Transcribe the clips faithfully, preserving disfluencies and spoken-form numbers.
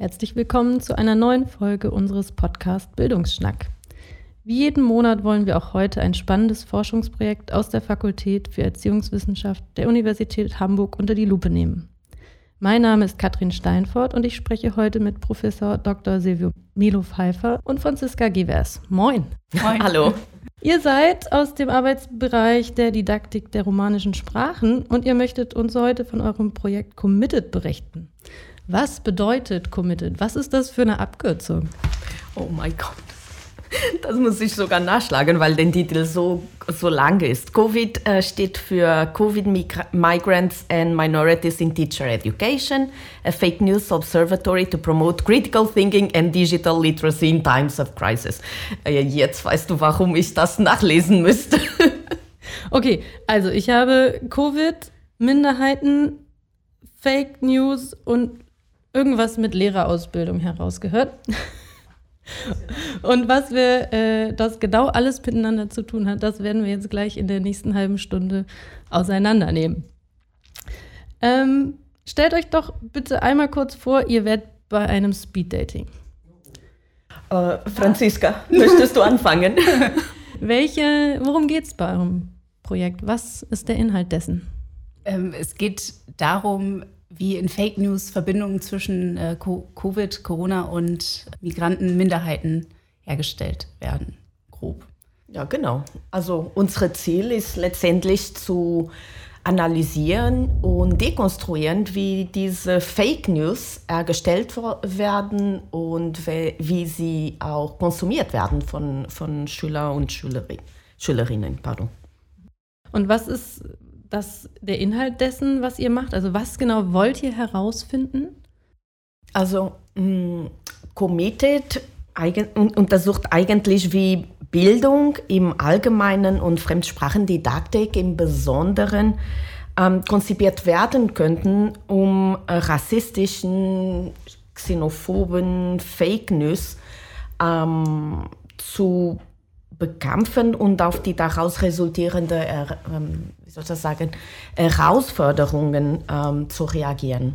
Herzlich willkommen zu einer neuen Folge unseres Podcasts Bildungsschnack. Wie jeden Monat wollen wir auch heute ein spannendes Forschungsprojekt aus der Fakultät für Erziehungswissenschaft der Universität Hamburg unter die Lupe nehmen. Mein Name ist Katrin Steinfort und ich spreche heute mit Professor Doktor Silvio Milo-Pfeiffer und Franziska Gewers. Moin! Moin! Hallo! Ihr seid aus dem Arbeitsbereich der Didaktik der romanischen Sprachen und ihr möchtet uns heute von eurem Projekt Committed berichten. Was bedeutet Committed? Was ist das für eine Abkürzung? Oh mein Gott, das muss ich sogar nachschlagen, weil der Titel so, so lang ist. COVID äh, steht für Covid Migrants and Minorities in Teacher Education, a Fake News Observatory to promote critical thinking and digital literacy in times of crisis. Äh, jetzt weißt du, warum ich das nachlesen müsste. Okay, also ich habe Covid, Minderheiten, Fake News und irgendwas mit Lehrerausbildung herausgehört. Und was wir, äh, das genau alles miteinander zu tun hat, das werden wir jetzt gleich in der nächsten halben Stunde auseinandernehmen. Ähm, stellt euch doch bitte einmal kurz vor, ihr werdet bei einem Speeddating. Äh, Franziska, möchtest du anfangen? Welche, worum geht es bei eurem Projekt? Was ist der Inhalt dessen? Ähm, es geht darum, wie in Fake News Verbindungen zwischen äh, Covid, Corona und Migranten, Minderheiten hergestellt werden, grob. Ja, genau. Also unser Ziel ist letztendlich zu analysieren und dekonstruieren, wie diese Fake News hergestellt werden und wie sie auch konsumiert werden von, von Schüler und Schülerin, Schülerinnen. Pardon. Und was ist das der Inhalt dessen, was ihr macht? Also was genau wollt ihr herausfinden? Also mh, Committed eigen, untersucht eigentlich, wie Bildung im Allgemeinen und Fremdsprachendidaktik im Besonderen ähm, konzipiert werden könnten, um äh, rassistischen, xenophoben Fake News ähm, zu bekämpfen und auf die daraus resultierenden ähm, wie soll ich sagen, Herausforderungen ähm, zu reagieren.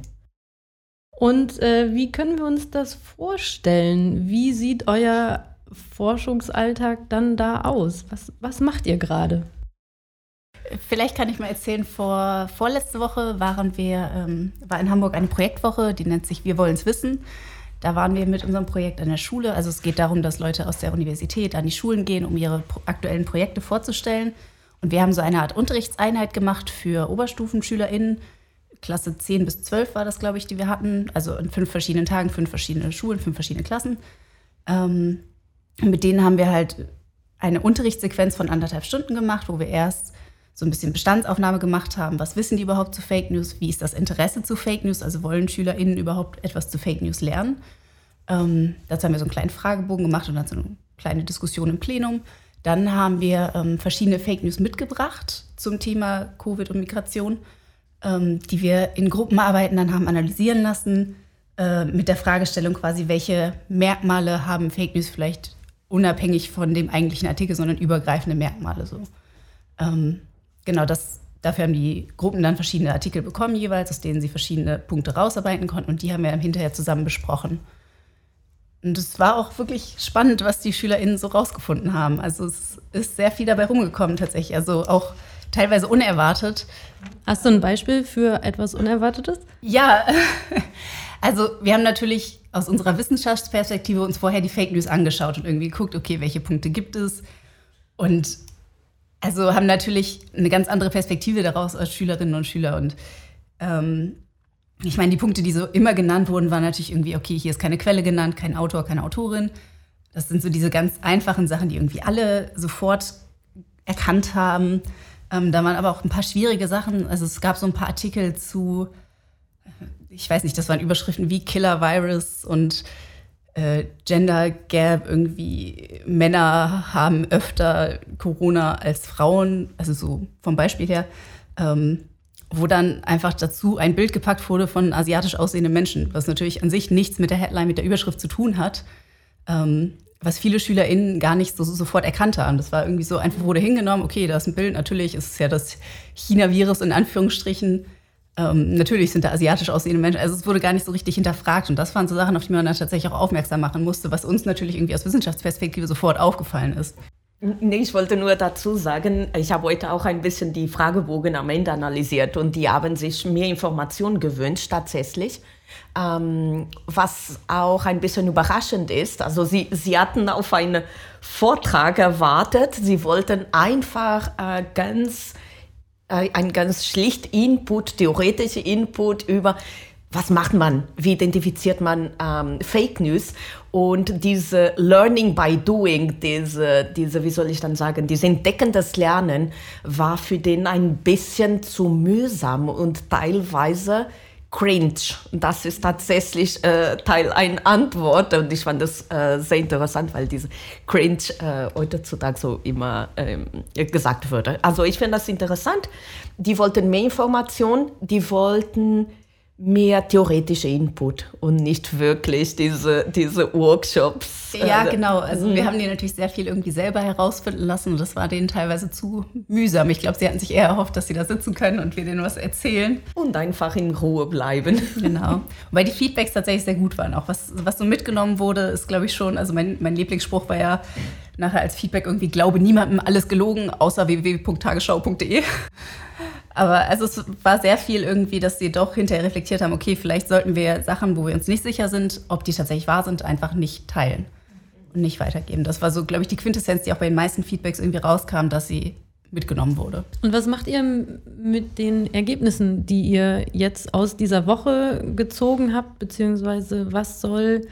Und äh, wie können wir uns das vorstellen? Wie sieht euer Forschungsalltag dann da aus? Was, was macht ihr gerade? Vielleicht kann ich mal erzählen, vor, vorletzte Woche waren wir, ähm, war in Hamburg eine Projektwoche, die nennt sich Wir wollen's wissen. Da waren wir mit unserem Projekt an der Schule. Also es geht darum, dass Leute aus der Universität an die Schulen gehen, um ihre pro- aktuellen Projekte vorzustellen. Und wir haben so eine Art Unterrichtseinheit gemacht für OberstufenschülerInnen. Klasse zehn bis zwölf war das, glaube ich, die wir hatten. Also in fünf verschiedenen Tagen, fünf verschiedene Schulen, fünf verschiedene Klassen. Ähm, mit denen haben wir halt eine Unterrichtssequenz von anderthalb Stunden gemacht, wo wir erst so ein bisschen Bestandsaufnahme gemacht haben. Was wissen die überhaupt zu Fake News? Wie ist das Interesse zu Fake News? Also wollen SchülerInnen überhaupt etwas zu Fake News lernen? Ähm, dazu haben wir so einen kleinen Fragebogen gemacht und dann so eine kleine Diskussion im Plenum. Dann haben wir ähm, verschiedene Fake News mitgebracht zum Thema Covid und Migration, ähm, die wir in Gruppenarbeiten dann haben analysieren lassen, äh, mit der Fragestellung quasi, welche Merkmale haben Fake News vielleicht unabhängig von dem eigentlichen Artikel, sondern übergreifende Merkmale so. Ähm, Genau, das, dafür haben die Gruppen dann verschiedene Artikel bekommen jeweils, aus denen sie verschiedene Punkte rausarbeiten konnten und die haben wir dann hinterher zusammen besprochen. Und es war auch wirklich spannend, was die SchülerInnen so rausgefunden haben. Also es ist sehr viel dabei rumgekommen tatsächlich, also auch teilweise unerwartet. Hast du ein Beispiel für etwas Unerwartetes? Ja, also wir haben natürlich aus unserer Wissenschaftsperspektive uns vorher die Fake News angeschaut und irgendwie geguckt, okay, welche Punkte gibt es? Und also haben natürlich eine ganz andere Perspektive daraus als Schülerinnen und Schüler. Und ähm, ich meine, die Punkte, die so immer genannt wurden, waren natürlich irgendwie, okay, hier ist keine Quelle genannt, kein Autor, keine Autorin. Das sind so diese ganz einfachen Sachen, die irgendwie alle sofort erkannt haben. Ähm, da waren aber auch ein paar schwierige Sachen. Also es gab so ein paar Artikel zu, ich weiß nicht, das waren Überschriften wie Killer Virus und Äh, Gender Gap, irgendwie Männer haben öfter Corona als Frauen, also so vom Beispiel her, ähm, wo dann einfach dazu ein Bild gepackt wurde von asiatisch aussehenden Menschen, was natürlich an sich nichts mit der Headline, mit der Überschrift zu tun hat, ähm, was viele SchülerInnen gar nicht so, so sofort erkannt haben. Das war irgendwie so, einfach wurde hingenommen, okay, da ist ein Bild, natürlich ist es ja das China-Virus in Anführungsstrichen, Ähm, natürlich sind da asiatisch aussehende Menschen, also es wurde gar nicht so richtig hinterfragt und das waren so Sachen, auf die man dann tatsächlich auch aufmerksam machen musste, was uns natürlich irgendwie aus Wissenschaftsperspektive sofort aufgefallen ist. Nee, ich wollte nur dazu sagen, ich habe heute auch ein bisschen die Fragebogen am Ende analysiert und die haben sich mehr Informationen gewünscht tatsächlich, ähm, was auch ein bisschen überraschend ist. Also sie, sie hatten auf einen Vortrag erwartet, sie wollten einfach äh, ganz ein ganz schlicht Input, theoretischer Input über, was macht man, wie identifiziert man ähm, Fake News und diese Learning by Doing, diese, diese, wie soll ich dann sagen, dieses entdeckendes Lernen war für den ein bisschen zu mühsam und teilweise cringe. Das ist tatsächlich äh, Teil einer Antwort und ich fand das äh, sehr interessant, weil diese cringe äh, heutzutage so immer ähm, gesagt wurde. Also ich finde das interessant. Die wollten mehr Informationen, die wollten mehr theoretische Input und nicht wirklich diese, diese Workshops. Ja, genau. Also mhm. wir haben die natürlich sehr viel irgendwie selber herausfinden lassen und das war denen teilweise zu mühsam. Ich glaube, sie hatten sich eher erhofft, dass sie da sitzen können und wir denen was erzählen. Und einfach in Ruhe bleiben. Genau. Weil die Feedbacks tatsächlich sehr gut waren. Auch was, was so mitgenommen wurde, ist, glaube ich, schon, also mein, mein Lieblingsspruch war ja nachher als Feedback irgendwie, glaube niemandem alles gelogen, außer w w w punkt tagesschau punkt d e. Aber also es war sehr viel irgendwie, dass sie doch hinterher reflektiert haben, okay, vielleicht sollten wir Sachen, wo wir uns nicht sicher sind, ob die tatsächlich wahr sind, einfach nicht teilen und nicht weitergeben. Das war so, glaube ich, die Quintessenz, die auch bei den meisten Feedbacks irgendwie rauskam, dass sie mitgenommen wurde. Und was macht ihr mit den Ergebnissen, die ihr jetzt aus dieser Woche gezogen habt, beziehungsweise was soll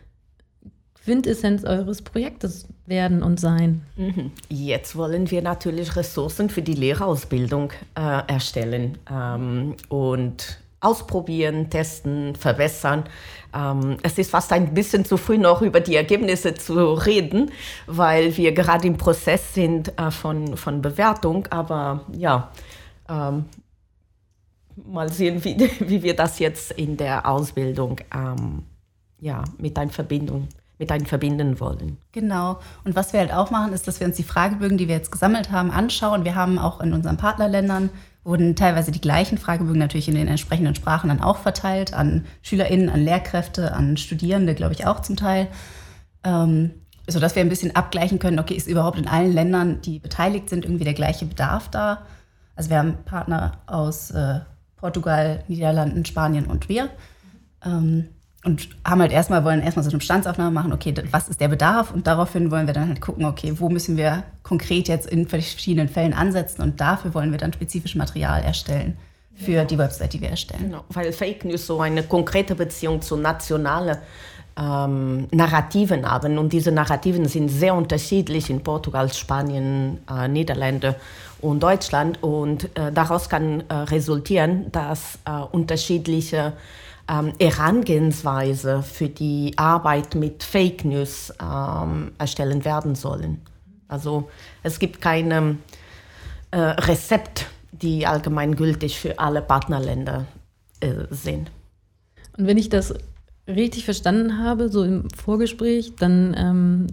Quintessenz eures Projektes werden und sein? Jetzt wollen wir natürlich Ressourcen für die Lehrerausbildung äh, erstellen ähm, und ausprobieren, testen, verbessern. Ähm, es ist fast ein bisschen zu früh noch über die Ergebnisse zu reden, weil wir gerade im Prozess sind äh, von, von Bewertung, aber ja, ähm, mal sehen, wie, wie wir das jetzt in der Ausbildung ähm, ja, mit einer Verbindung mit einem verbinden wollen. Genau. Und was wir halt auch machen, ist, dass wir uns die Fragebögen, die wir jetzt gesammelt haben, anschauen. Wir haben auch in unseren Partnerländern, wurden teilweise die gleichen Fragebögen natürlich in den entsprechenden Sprachen dann auch verteilt, an SchülerInnen, an Lehrkräfte, an Studierende, glaube ich, auch zum Teil. Ähm, sodass wir ein bisschen abgleichen können, okay, ist überhaupt in allen Ländern, die beteiligt sind, irgendwie der gleiche Bedarf da? Also wir haben Partner aus äh, Portugal, Niederlanden, Spanien und wir. Ähm, Und haben halt erstmal, wollen erstmal so eine Bestandsaufnahme machen, okay, was ist der Bedarf? Und daraufhin wollen wir dann halt gucken, okay, wo müssen wir konkret jetzt in verschiedenen Fällen ansetzen? Und dafür wollen wir dann spezifisches Material erstellen für die Website, die wir erstellen. Genau, weil Fake News so eine konkrete Beziehung zu nationalen ähm, Narrativen haben. Und diese Narrativen sind sehr unterschiedlich in Portugal, Spanien, äh, Niederlande und Deutschland. Und äh, daraus kann äh, resultieren, dass äh, unterschiedliche Ähm, Herangehensweise für die Arbeit mit Fake News ähm, erstellen werden sollen. Also es gibt kein äh, Rezept, die allgemeingültig für alle Partnerländer äh, sind. Und wenn ich das richtig verstanden habe, so im Vorgespräch, dann ähm,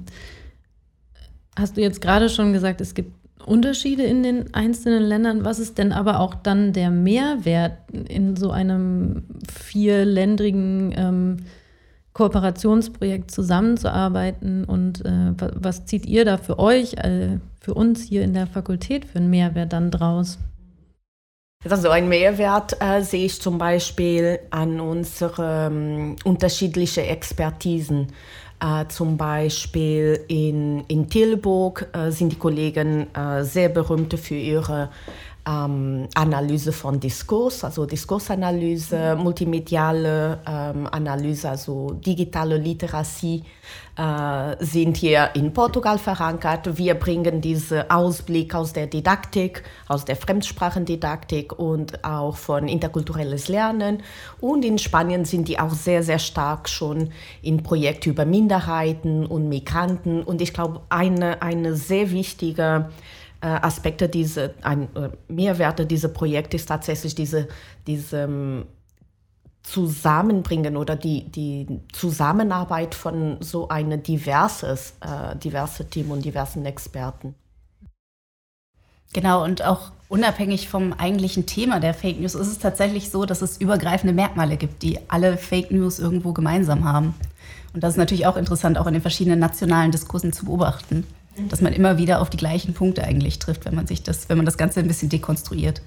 hast du jetzt gerade schon gesagt, es gibt Unterschiede in den einzelnen Ländern. Was ist denn aber auch dann der Mehrwert in so einem vierländrigen ähm, Kooperationsprojekt zusammenzuarbeiten und äh, was zieht ihr da für euch, äh, für uns hier in der Fakultät für einen Mehrwert dann draus? Also ein Mehrwert äh, sehe ich zum Beispiel an unsere ähm, unterschiedlichen Expertisen. Äh, zum Beispiel in, in Tilburg äh, sind die Kollegen äh, sehr berühmt für ihre ähm, Analyse von Diskurs, also Diskursanalyse, multimediale ähm, Analyse, also digitale Literatie, äh, sind hier in Portugal verankert. Wir bringen diesen Ausblick aus der Didaktik, aus der Fremdsprachendidaktik und auch von interkulturelles Lernen. Und in Spanien sind die auch sehr, sehr stark schon in Projekten über Minderheiten und Migranten. Und ich glaube, eine, eine sehr wichtige äh, Aspekte, diese, ein, äh, Mehrwerte dieser Projekte ist tatsächlich diese, diese um, Zusammenbringen oder die, die Zusammenarbeit von so einem diverses, äh, diverse Team und diversen Experten. Genau, und auch unabhängig vom eigentlichen Thema der Fake News ist es tatsächlich so, dass es übergreifende Merkmale gibt, die alle Fake News irgendwo gemeinsam haben. Und das ist natürlich auch interessant, auch in den verschiedenen nationalen Diskursen zu beobachten, dass man immer wieder auf die gleichen Punkte eigentlich trifft, wenn man sich das, wenn man das Ganze ein bisschen dekonstruiert.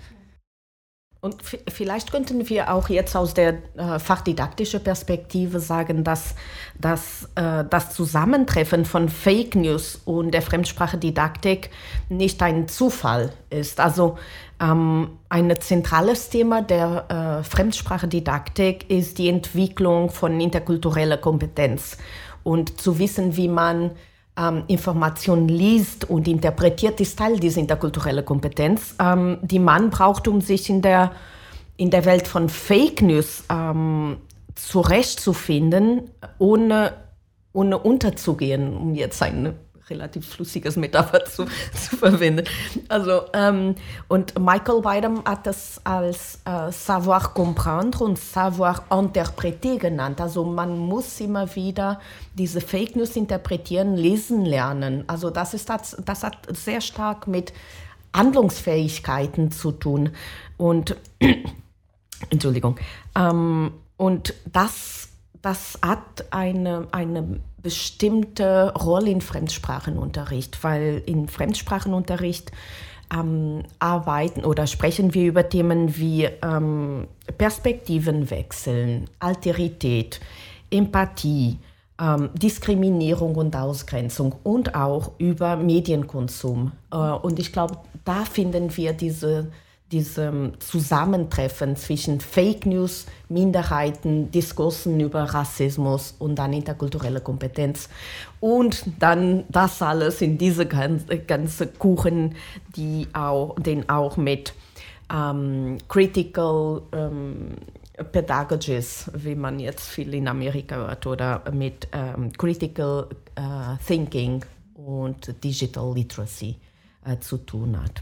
Und f- vielleicht könnten wir auch jetzt aus der äh, fachdidaktischen Perspektive sagen, dass, dass äh, das Zusammentreffen von Fake News und der Fremdsprachendidaktik nicht ein Zufall ist. Also ähm, ein zentrales Thema der äh, Fremdsprachendidaktik ist die Entwicklung von interkultureller Kompetenz und zu wissen, wie man Ähm, Information liest und interpretiert, ist Teil dieser interkulturellen Kompetenz, ähm, die man braucht, um sich in der, in der Welt von Fake News ähm, zurechtzufinden, ohne, ohne unterzugehen, um jetzt ein relativ flüssiges Metapher zu, zu verwenden. Also, ähm, und Michael Weidam hat das als äh, Savoir comprendre und Savoir interpréter genannt. Also man muss immer wieder diese Fake News interpretieren, lesen lernen. Also das, ist, das, das hat sehr stark mit Handlungsfähigkeiten zu tun. Und, Entschuldigung, ähm, und das, das hat eine, eine bestimmte Rolle in Fremdsprachenunterricht, weil in Fremdsprachenunterricht ähm, arbeiten oder sprechen wir über Themen wie ähm, Perspektivenwechseln, Alterität, Empathie, ähm, Diskriminierung und Ausgrenzung und auch über Medienkonsum. Äh, und ich glaube, da finden wir diese diesem Zusammentreffen zwischen Fake News, Minderheiten, Diskursen über Rassismus und dann interkulturelle Kompetenz. Und dann das alles in diese ganze, ganze Kuchen, die auch, den auch mit ähm, Critical ähm, Pedagogies, wie man jetzt viel in Amerika hört, oder mit ähm, Critical äh, Thinking und Digital Literacy äh, zu tun hat.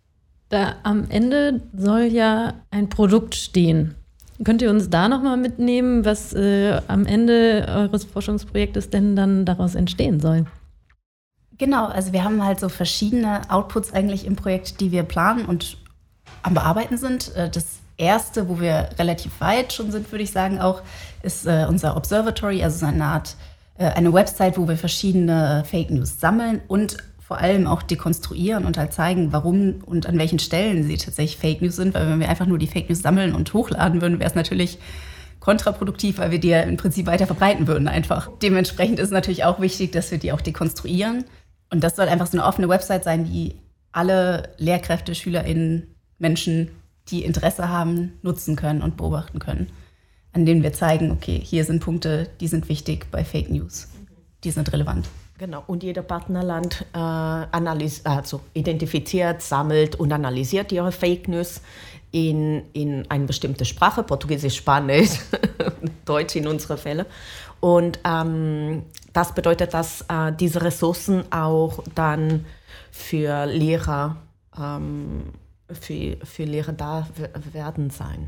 Da am Ende soll ja ein Produkt stehen. Könnt ihr uns da nochmal mitnehmen, was äh, am Ende eures Forschungsprojektes denn dann daraus entstehen soll? Genau, also wir haben halt so verschiedene Outputs eigentlich im Projekt, die wir planen und am Bearbeiten sind. Das erste, wo wir relativ weit schon sind, würde ich sagen auch, ist äh, unser Observatory, also so eine Art, äh, eine Website, wo wir verschiedene Fake News sammeln und vor allem auch dekonstruieren und halt zeigen, warum und an welchen Stellen sie tatsächlich Fake News sind. Weil wenn wir einfach nur die Fake News sammeln und hochladen würden, wäre es natürlich kontraproduktiv, weil wir die ja im Prinzip weiter verbreiten würden einfach. Dementsprechend ist es natürlich auch wichtig, dass wir die auch dekonstruieren. Und das soll einfach so eine offene Website sein, die alle Lehrkräfte, SchülerInnen, Menschen, die Interesse haben, nutzen können und beobachten können. An denen wir zeigen, okay, hier sind Punkte, die sind wichtig bei Fake News. Die sind relevant. Genau, und jeder Partnerland äh, analysiert, also identifiziert, sammelt und analysiert ihre Fake News in, in eine bestimmte Sprache, Portugiesisch, Spanisch, Deutsch in unseren Fällen. Und ähm, das bedeutet, dass äh, diese Ressourcen auch dann für Lehrer, ähm, für, für Lehrer da werden sein.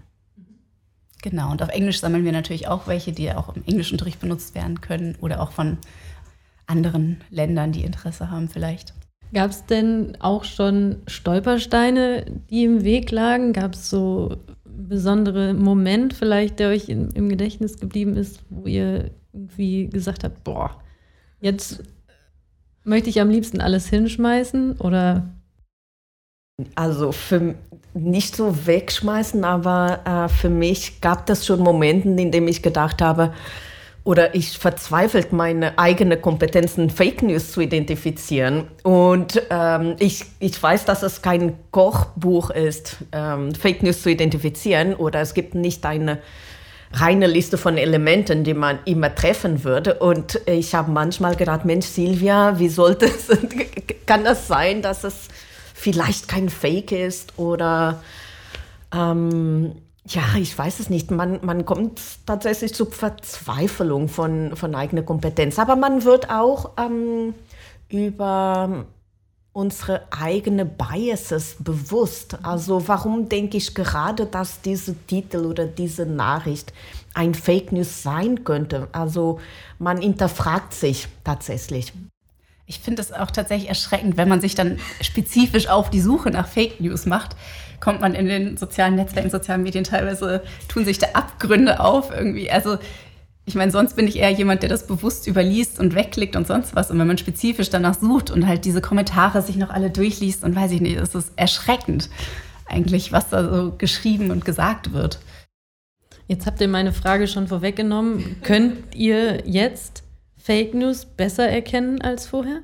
Genau, und auf Englisch sammeln wir natürlich auch welche, die auch im Englischunterricht benutzt werden können oder auch von anderen Ländern, die Interesse haben vielleicht. Gab es denn auch schon Stolpersteine, die im Weg lagen? Gab es so besondere Moment vielleicht, der euch in, im Gedächtnis geblieben ist, wo ihr irgendwie gesagt habt, boah, jetzt möchte ich am liebsten alles hinschmeißen, oder? Also für nicht so wegschmeißen, aber äh, für mich gab es schon Momente, in denen ich gedacht habe, oder ich verzweifelt meine eigene Kompetenzen, Fake News zu identifizieren. Und ähm, ich, ich weiß, dass es kein Kochbuch ist, ähm, Fake News zu identifizieren, oder es gibt nicht eine reine Liste von Elementen, die man immer treffen würde. Und ich habe manchmal gedacht, Mensch, Silvia, wie sollte es, kann das sein, dass es vielleicht kein Fake ist oder ähm, ja, ich weiß es nicht. Man, man kommt tatsächlich zur Verzweiflung von, von eigener Kompetenz. Aber man wird auch ähm, über unsere eigenen Biases bewusst. Also warum denke ich gerade, dass dieser Titel oder diese Nachricht ein Fake News sein könnte? Also man hinterfragt sich tatsächlich. Ich finde es auch tatsächlich erschreckend, wenn man sich dann spezifisch auf die Suche nach Fake News macht, kommt man in den sozialen Netzwerken, sozialen Medien teilweise, tun sich da Abgründe auf irgendwie. Also ich meine, sonst bin ich eher jemand, der das bewusst überliest und wegklickt und sonst was. Und wenn man spezifisch danach sucht und halt diese Kommentare sich noch alle durchliest und weiß ich nicht, ist es erschreckend eigentlich, was da so geschrieben und gesagt wird. Jetzt habt ihr meine Frage schon vorweggenommen. Könnt ihr jetzt Fake News besser erkennen als vorher?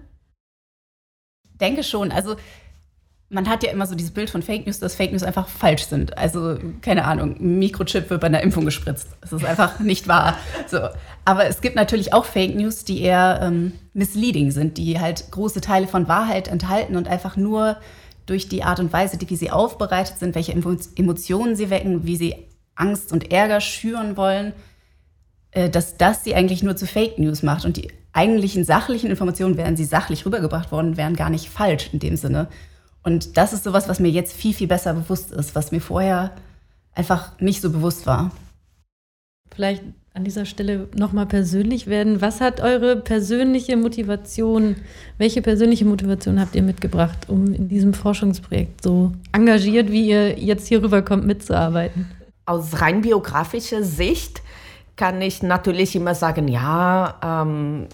Ich denke schon. Also man hat ja immer so dieses Bild von Fake News, dass Fake News einfach falsch sind. Also, keine Ahnung, ein Mikrochip wird bei einer Impfung gespritzt. Das ist einfach nicht wahr. So. Aber es gibt natürlich auch Fake News, die eher ähm, misleading sind, die halt große Teile von Wahrheit enthalten und einfach nur durch die Art und Weise, wie sie aufbereitet sind, welche Emotionen sie wecken, wie sie Angst und Ärger schüren wollen, äh, dass das sie eigentlich nur zu Fake News macht. Und die eigentlichen sachlichen Informationen, wären sie sachlich rübergebracht worden, wären gar nicht falsch in dem Sinne. Und das ist sowas, was mir jetzt viel, viel besser bewusst ist, was mir vorher einfach nicht so bewusst war. Vielleicht an dieser Stelle nochmal persönlich werden. Was hat eure persönliche Motivation, welche persönliche Motivation habt ihr mitgebracht, um in diesem Forschungsprojekt so engagiert, wie ihr jetzt hier rüberkommt, mitzuarbeiten? Aus rein biografischer Sicht kann ich natürlich immer sagen, ja, ähm,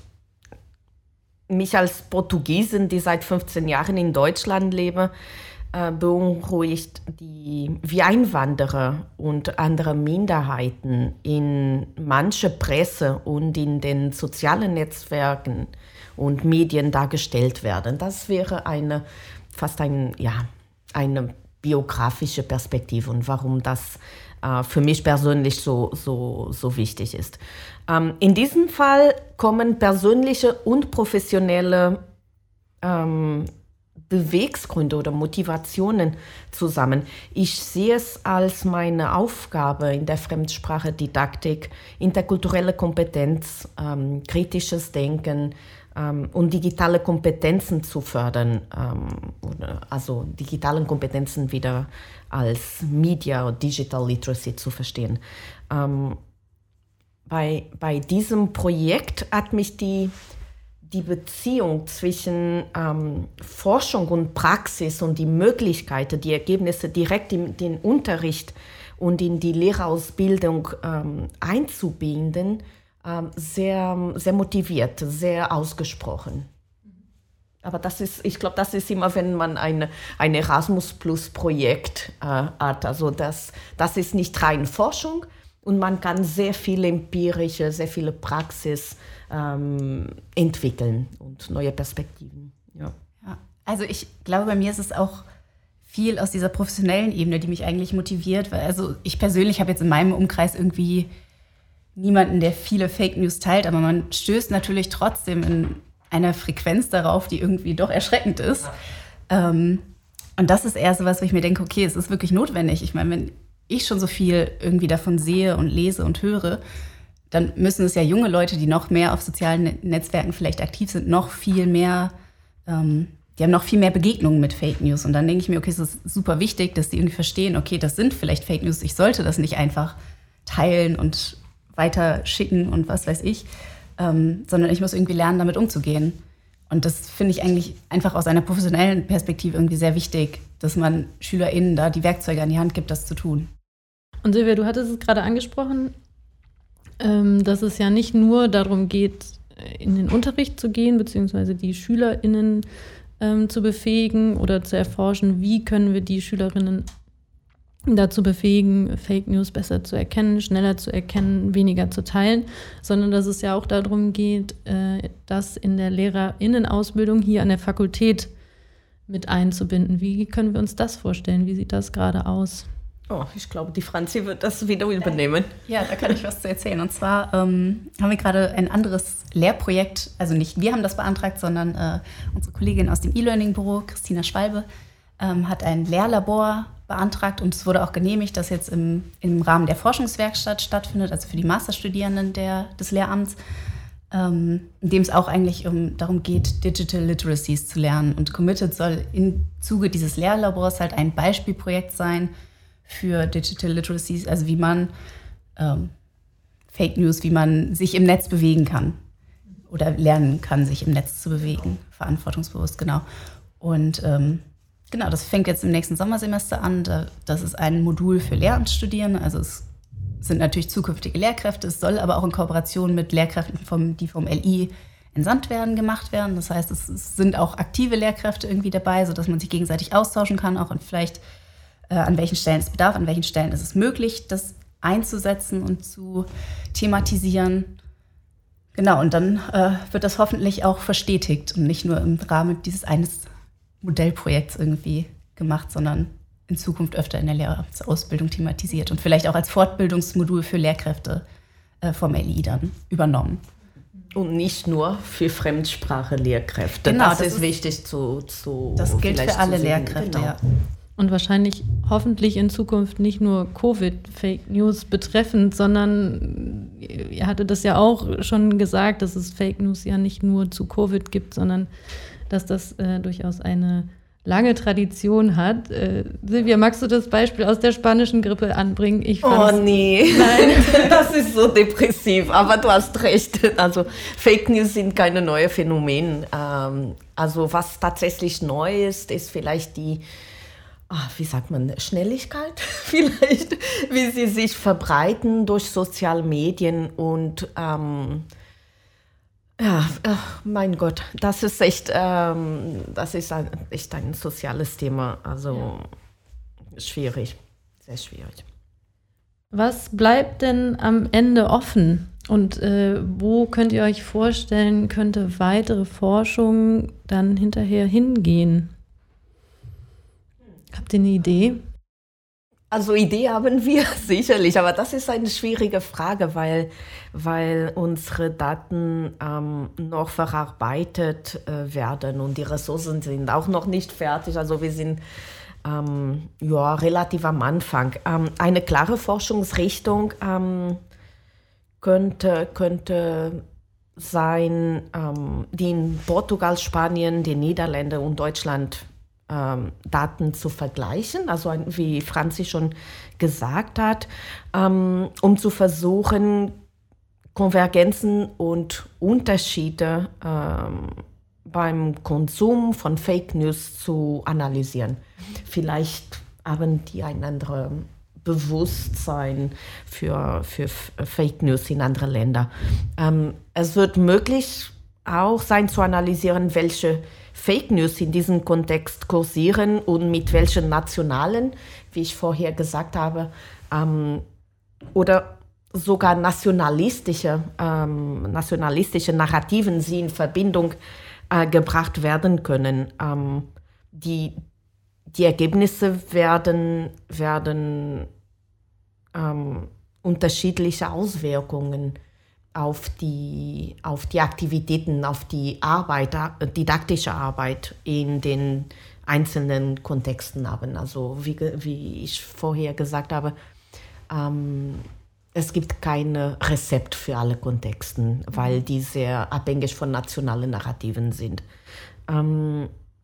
mich als Portugiesin, die seit fünfzehn Jahren in Deutschland lebe, äh, beunruhigt die, wie Einwanderer und andere Minderheiten in manche Presse und in den sozialen Netzwerken und Medien dargestellt werden. Das wäre eine, fast ein, ja, eine biografische Perspektive und warum das äh, für mich persönlich so, so, so wichtig ist. Ähm, in diesem Fall kommen persönliche und professionelle ähm, Beweggründe oder Motivationen zusammen. Ich sehe es als meine Aufgabe in der Fremdsprachendidaktik, interkulturelle Kompetenz, ähm, kritisches Denken ähm, und digitale Kompetenzen zu fördern, ähm, oder also digitalen Kompetenzen wieder als Media oder Digital Literacy zu verstehen. Ähm, bei, bei diesem Projekt hat mich die die Beziehung zwischen ähm, Forschung und Praxis und die Möglichkeiten, die Ergebnisse direkt in den Unterricht und in die Lehrerausbildung ähm, einzubinden, ähm, sehr, sehr motiviert, sehr ausgesprochen. Aber das ist, ich glaube, das ist immer, wenn man ein, ein Erasmus-Plus-Projekt äh, hat. Also das, das ist nicht rein Forschung und man kann sehr viel empirische, sehr viele Praxis Ähm, entwickeln und neue Perspektiven. Ja. Ja, also ich glaube, bei mir ist es auch viel aus dieser professionellen Ebene, die mich eigentlich motiviert, weil also ich persönlich habe jetzt in meinem Umkreis irgendwie niemanden, der viele Fake News teilt, aber man stößt natürlich trotzdem in einer Frequenz darauf, die irgendwie doch erschreckend ist. Ja. Ähm, und das ist eher so was, wo ich mir denke, okay, es ist wirklich notwendig. Ich meine, wenn ich schon so viel irgendwie davon sehe und lese und höre, dann müssen es ja junge Leute, die noch mehr auf sozialen Netzwerken vielleicht aktiv sind, noch viel mehr, ähm, die haben noch viel mehr Begegnungen mit Fake News. Und dann denke ich mir, okay, es ist super wichtig, dass die irgendwie verstehen, okay, das sind vielleicht Fake News, ich sollte das nicht einfach teilen und weiterschicken und was weiß ich, ähm, sondern ich muss irgendwie lernen, damit umzugehen. Und das finde ich eigentlich einfach aus einer professionellen Perspektive irgendwie sehr wichtig, dass man SchülerInnen da die Werkzeuge an die Hand gibt, das zu tun. Und Silvia, du hattest es gerade angesprochen, dass es ja nicht nur darum geht, in den Unterricht zu gehen, beziehungsweise die SchülerInnen ähm, zu befähigen oder zu erforschen, wie können wir die SchülerInnen dazu befähigen, Fake News besser zu erkennen, schneller zu erkennen, weniger zu teilen, sondern dass es ja auch darum geht, äh, das in der LehrerInnenausbildung hier an der Fakultät mit einzubinden. Wie können wir uns das vorstellen? Wie sieht das gerade aus? Oh, ich glaube, die Franzi wird das wieder übernehmen. Ja, da kann ich was zu erzählen. Und zwar ähm, haben wir gerade ein anderes Lehrprojekt, also nicht wir haben das beantragt, sondern äh, unsere Kollegin aus dem E-Learning-Büro, Christina Schwalbe, ähm, hat ein Lehrlabor beantragt und es wurde auch genehmigt, das jetzt im, im Rahmen der Forschungswerkstatt stattfindet, also für die Masterstudierenden der, des Lehramts, ähm, in dem es auch eigentlich um, darum geht, Digital Literacies zu lernen. Und Committed soll im Zuge dieses Lehrlabors halt ein Beispielprojekt sein für Digital Literacies, also wie man ähm, Fake News, wie man sich im Netz bewegen kann. oder lernen kann, sich im Netz zu bewegen, verantwortungsbewusst, genau. Und ähm, genau, das fängt jetzt im nächsten Sommersemester an. Da, das ist ein Modul für Lehramtsstudierende, also es sind natürlich zukünftige Lehrkräfte, es soll aber auch in Kooperation mit Lehrkräften, vom, die vom L I entsandt werden, gemacht werden. Das heißt, es, es sind auch aktive Lehrkräfte irgendwie dabei, sodass man sich gegenseitig austauschen kann, auch und vielleicht äh, an welchen Stellen es bedarf, an welchen Stellen ist es möglich, das einzusetzen und zu thematisieren. Genau, und dann äh, wird das hoffentlich auch verstetigt und nicht nur im Rahmen dieses eines Modellprojekts irgendwie gemacht, sondern in Zukunft öfter in der Lehramtsausbildung thematisiert und vielleicht auch als Fortbildungsmodul für Lehrkräfte äh, vom L I dann übernommen. Und nicht nur für Fremdsprache-Lehrkräfte. Genau, das, das ist, ist wichtig zu, zu Das gilt für alle zu Lehrkräfte, genau. ja. Und wahrscheinlich hoffentlich in Zukunft nicht nur Covid-Fake News betreffend, sondern ihr hattet das ja auch schon gesagt, dass es Fake News ja nicht nur zu Covid gibt, sondern dass das äh, durchaus eine lange Tradition hat. Äh, Silvia, magst du das Beispiel aus der spanischen Grippe anbringen? Ich Oh nee, nein, das ist so depressiv, aber du hast recht. Also Fake News sind keine neuen Phänomene. Ähm, also was tatsächlich neu ist, ist vielleicht die, ah, wie sagt man, Schnelligkeit vielleicht, wie sie sich verbreiten durch soziale Medien und ähm, ja, ach, mein Gott, das ist echt, ähm, das ist ein, echt ein soziales Thema, also ja. Schwierig, sehr schwierig. Was bleibt denn am Ende offen und äh, wo könnt ihr euch vorstellen, könnte weitere Forschung dann hinterher hingehen? Habt ihr eine Idee? Also Idee haben wir sicherlich, aber das ist eine schwierige Frage, weil, weil unsere Daten ähm, noch verarbeitet äh, werden und die Ressourcen sind auch noch nicht fertig. Also wir sind ähm, ja, relativ am Anfang. Ähm, eine klare Forschungsrichtung ähm, könnte, könnte sein, ähm, die in Portugal, Spanien, den Niederlanden und Deutschland Ähm, Daten zu vergleichen, also wie Franzi schon gesagt hat, ähm, um zu versuchen, Konvergenzen und Unterschiede ähm, beim Konsum von Fake News zu analysieren. Vielleicht haben die ein anderes Bewusstsein für, für Fake News in anderen Ländern. Ähm, es wird möglich auch sein zu analysieren, welche Fake News in diesem Kontext kursieren und mit welchen nationalen, wie ich vorher gesagt habe, ähm, oder sogar nationalistische, ähm, nationalistische Narrativen sie in Verbindung äh, gebracht werden können. Ähm, die, die Ergebnisse werden, werden ähm, unterschiedliche Auswirkungen auf die, auf die Aktivitäten, auf die Arbeit, didaktische Arbeit in den einzelnen Kontexten haben. Also wie, wie ich vorher gesagt habe, ähm, es gibt kein Rezept für alle Kontexten, weil die sehr abhängig von nationalen Narrativen sind. Ähm,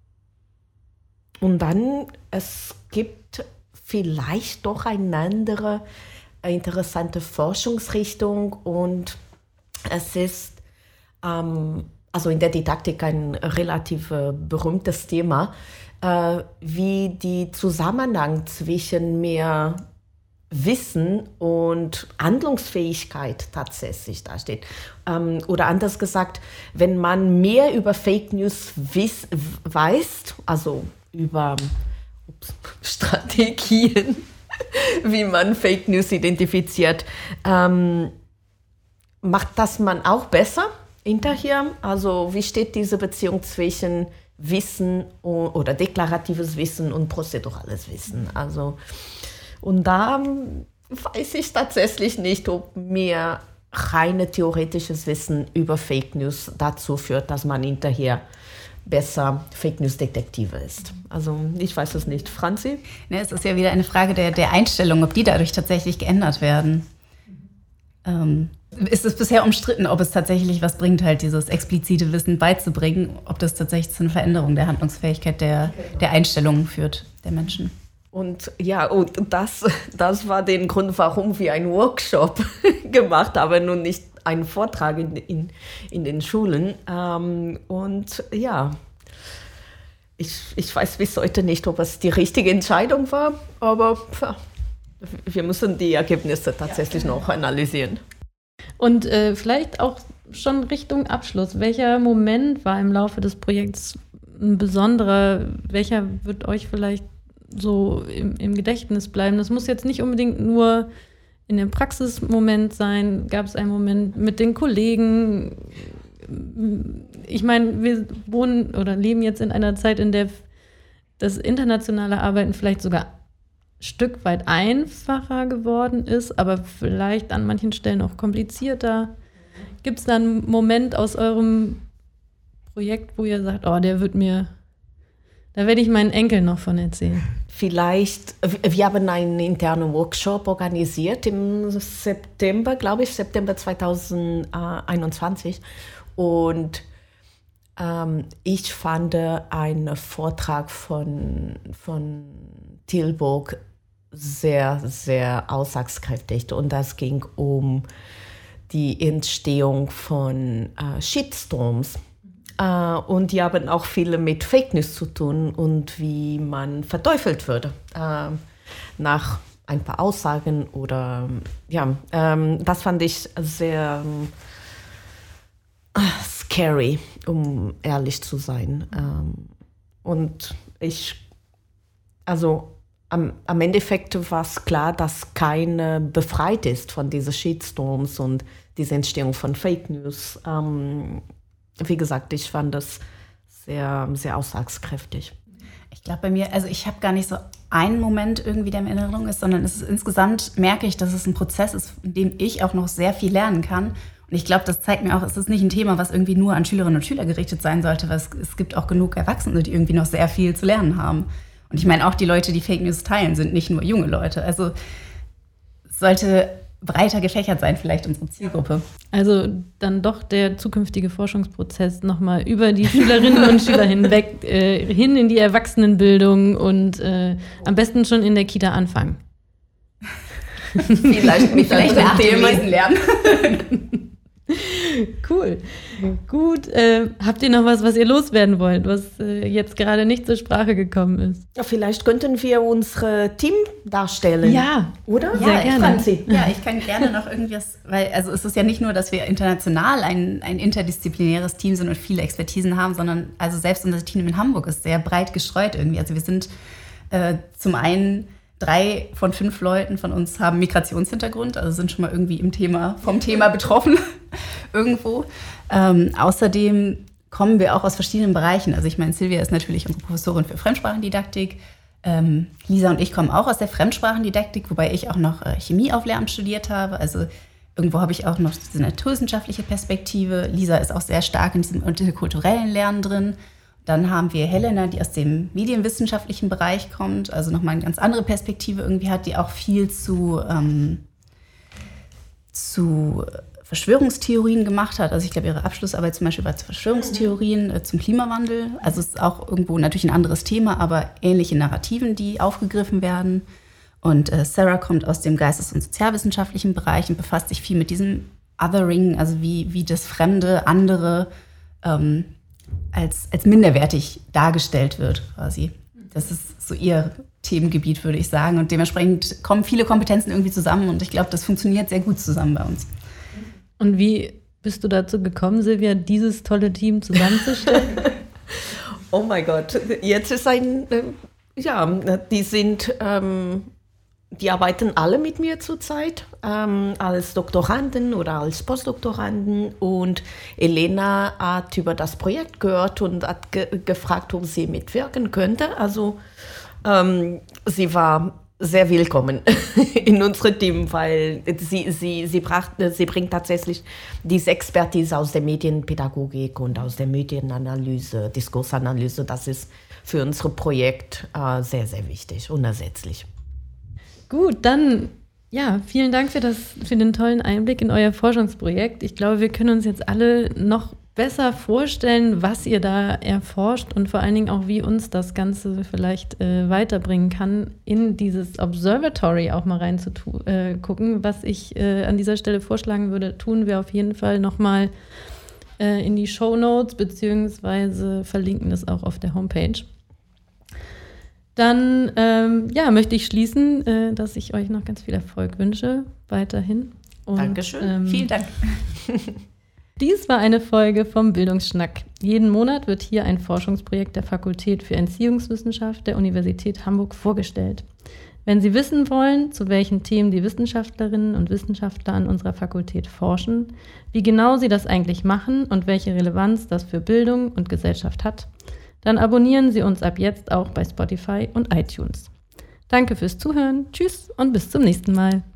und dann, es gibt vielleicht doch eine andere interessante Forschungsrichtung und es ist ähm, also in der Didaktik ein relativ äh, berühmtes Thema, äh, wie die Zusammenhang zwischen mehr Wissen und Handlungsfähigkeit tatsächlich dasteht. Ähm, oder anders gesagt, wenn man mehr über Fake News wiss, weiß, also über ups, Strategien, wie man Fake News identifiziert, ähm, macht das man auch besser hinterher? Also wie steht diese Beziehung zwischen Wissen und, oder deklaratives Wissen und prozedurales Wissen? Also, und da weiß ich tatsächlich nicht, ob mir reine theoretisches Wissen über Fake News dazu führt, dass man hinterher besser Fake News Detektive ist. Also ich weiß es nicht. Franzi? Ne, es ist ja wieder eine Frage der, der Einstellung, ob die dadurch tatsächlich geändert werden. Ähm, ist es bisher umstritten, ob es tatsächlich was bringt, halt dieses explizite Wissen beizubringen, ob das tatsächlich zu einer Veränderung der Handlungsfähigkeit der, der Einstellungen führt, der Menschen. Und ja, und das, das war der Grund, warum wir einen Workshop gemacht haben und nicht einen Vortrag in, in, in den Schulen. Ähm, und ja, ich, ich weiß bis heute nicht, ob es die richtige Entscheidung war, aber ja, wir müssen die Ergebnisse tatsächlich ja. noch analysieren. Und äh, vielleicht auch schon Richtung Abschluss. Welcher Moment war im Laufe des Projekts ein besonderer? Welcher wird euch vielleicht so im, im Gedächtnis bleiben? Das muss jetzt nicht unbedingt nur in dem Praxismoment sein. Gab es einen Moment mit den Kollegen? Ich meine, wir wohnen oder leben jetzt in einer Zeit, in der das internationale Arbeiten vielleicht sogar ein Stück weit einfacher geworden ist, aber vielleicht an manchen Stellen auch komplizierter. Gibt es da einen Moment aus eurem Projekt, wo ihr sagt, oh, der wird mir, da werde ich meinen Enkeln noch von erzählen? Vielleicht, wir haben einen internen Workshop organisiert im September, glaube ich, September zweitausendeinundzwanzig. Und ähm, ich fand einen Vortrag von, von Tilburg sehr, sehr aussagekräftig. Und das ging um die Entstehung von äh, Shitstorms. Uh, und die haben auch viel mit Fake News zu tun und wie man verteufelt wird uh, nach ein paar Aussagen oder ja, um, das fand ich sehr um, scary, um ehrlich zu sein. Um, und ich, also am, am Endeffekt war es klar, dass keiner befreit ist von diesen Shitstorms und dieser Entstehung von Fake News. Um, Wie gesagt, ich fand das sehr, sehr aussagekräftig. Ich glaube bei mir, also ich habe gar nicht so einen Moment irgendwie, der in Erinnerung ist, sondern es ist insgesamt, merke ich, dass es ein Prozess ist, in dem ich auch noch sehr viel lernen kann. Und ich glaube, das zeigt mir auch, es ist nicht ein Thema, was irgendwie nur an Schülerinnen und Schüler gerichtet sein sollte, weil es, es gibt auch genug Erwachsene, die irgendwie noch sehr viel zu lernen haben. Und ich meine, auch die Leute, die Fake News teilen, sind nicht nur junge Leute. Also es sollte breiter gefächert sein, vielleicht unsere Zielgruppe. Also dann doch der zukünftige Forschungsprozess nochmal über die Schülerinnen und Schüler hinweg, äh, hin in die Erwachsenenbildung und äh, am besten schon in der Kita anfangen. Vielleicht mit vielleicht nach dem Lesen lernen. Cool. Gut. Äh, habt ihr noch was, was ihr loswerden wollt, was äh, jetzt gerade nicht zur Sprache gekommen ist? Ja, vielleicht könnten wir unser Team darstellen. Ja, oder? Ja, sehr gerne. Franzi. Ja, ich kann gerne noch irgendwas, weil also es ist ja nicht nur, dass wir international ein, ein interdisziplinäres Team sind und viele Expertisen haben, sondern also selbst unser Team in Hamburg ist sehr breit gestreut irgendwie. Also wir sind äh, zum einen Drei von fünf Leuten von uns haben Migrationshintergrund, also sind schon mal irgendwie im Thema, vom Thema betroffen irgendwo. Ähm, außerdem kommen wir auch aus verschiedenen Bereichen. Also ich meine, Silvia ist natürlich unsere Professorin für Fremdsprachendidaktik. Ähm, Lisa und ich kommen auch aus der Fremdsprachendidaktik, wobei ich auch noch äh, Chemie auf Lehramt studiert habe. Also irgendwo habe ich auch noch diese naturwissenschaftliche Perspektive. Lisa ist auch sehr stark in diesem interkulturellen Lernen drin. Dann haben wir Helena, die aus dem medienwissenschaftlichen Bereich kommt, also nochmal eine ganz andere Perspektive irgendwie hat, die auch viel zu, ähm, zu Verschwörungstheorien gemacht hat. Also ich glaube, ihre Abschlussarbeit zum Beispiel war zu Verschwörungstheorien, äh, zum Klimawandel. Also es ist auch irgendwo natürlich ein anderes Thema, aber ähnliche Narrativen, die aufgegriffen werden. Und äh, Sarah kommt aus dem geistes- und sozialwissenschaftlichen Bereich und befasst sich viel mit diesem Othering, also wie, wie das Fremde, andere, ähm, als, als minderwertig dargestellt wird quasi. Das ist so ihr Themengebiet, würde ich sagen. Und dementsprechend kommen viele Kompetenzen irgendwie zusammen und ich glaube, das funktioniert sehr gut zusammen bei uns. Und wie bist du dazu gekommen, Silvia, dieses tolle Team zusammenzustellen? Oh mein Gott, jetzt ist ein, äh, ja, die sind, ähm, die arbeiten alle mit mir zurzeit, ähm, als Doktoranden oder als Postdoktoranden. Und Elena hat über das Projekt gehört und hat ge- gefragt, ob sie mitwirken könnte. Also ähm, sie war sehr willkommen in unserem Team, weil sie, sie, sie, bracht, sie bringt tatsächlich diese Expertise aus der Medienpädagogik und aus der Medienanalyse, Diskursanalyse. Das ist für unser Projekt äh, sehr, sehr wichtig, unersetzlich. Gut, dann Ja, vielen Dank für, das, für den tollen Einblick in euer Forschungsprojekt. Ich glaube, wir können uns jetzt alle noch besser vorstellen, was ihr da erforscht und vor allen Dingen auch, wie uns das Ganze vielleicht äh, weiterbringen kann, in dieses Observatory auch mal reinzugucken. Äh, was ich äh, an dieser Stelle vorschlagen würde, tun wir auf jeden Fall nochmal äh, in die Shownotes, beziehungsweise verlinken das auch auf der Homepage. Dann ähm, ja, möchte ich schließen, äh, dass ich euch noch ganz viel Erfolg wünsche, weiterhin. Und, Dankeschön. Ähm, Vielen Dank. Dies war eine Folge vom Bildungsschnack. Jeden Monat wird hier ein Forschungsprojekt der Fakultät für Erziehungswissenschaft der Universität Hamburg vorgestellt. Wenn Sie wissen wollen, zu welchen Themen die Wissenschaftlerinnen und Wissenschaftler an unserer Fakultät forschen, wie genau sie das eigentlich machen und welche Relevanz das für Bildung und Gesellschaft hat, dann abonnieren Sie uns ab jetzt auch bei Spotify und iTunes. Danke fürs Zuhören, tschüss und bis zum nächsten Mal.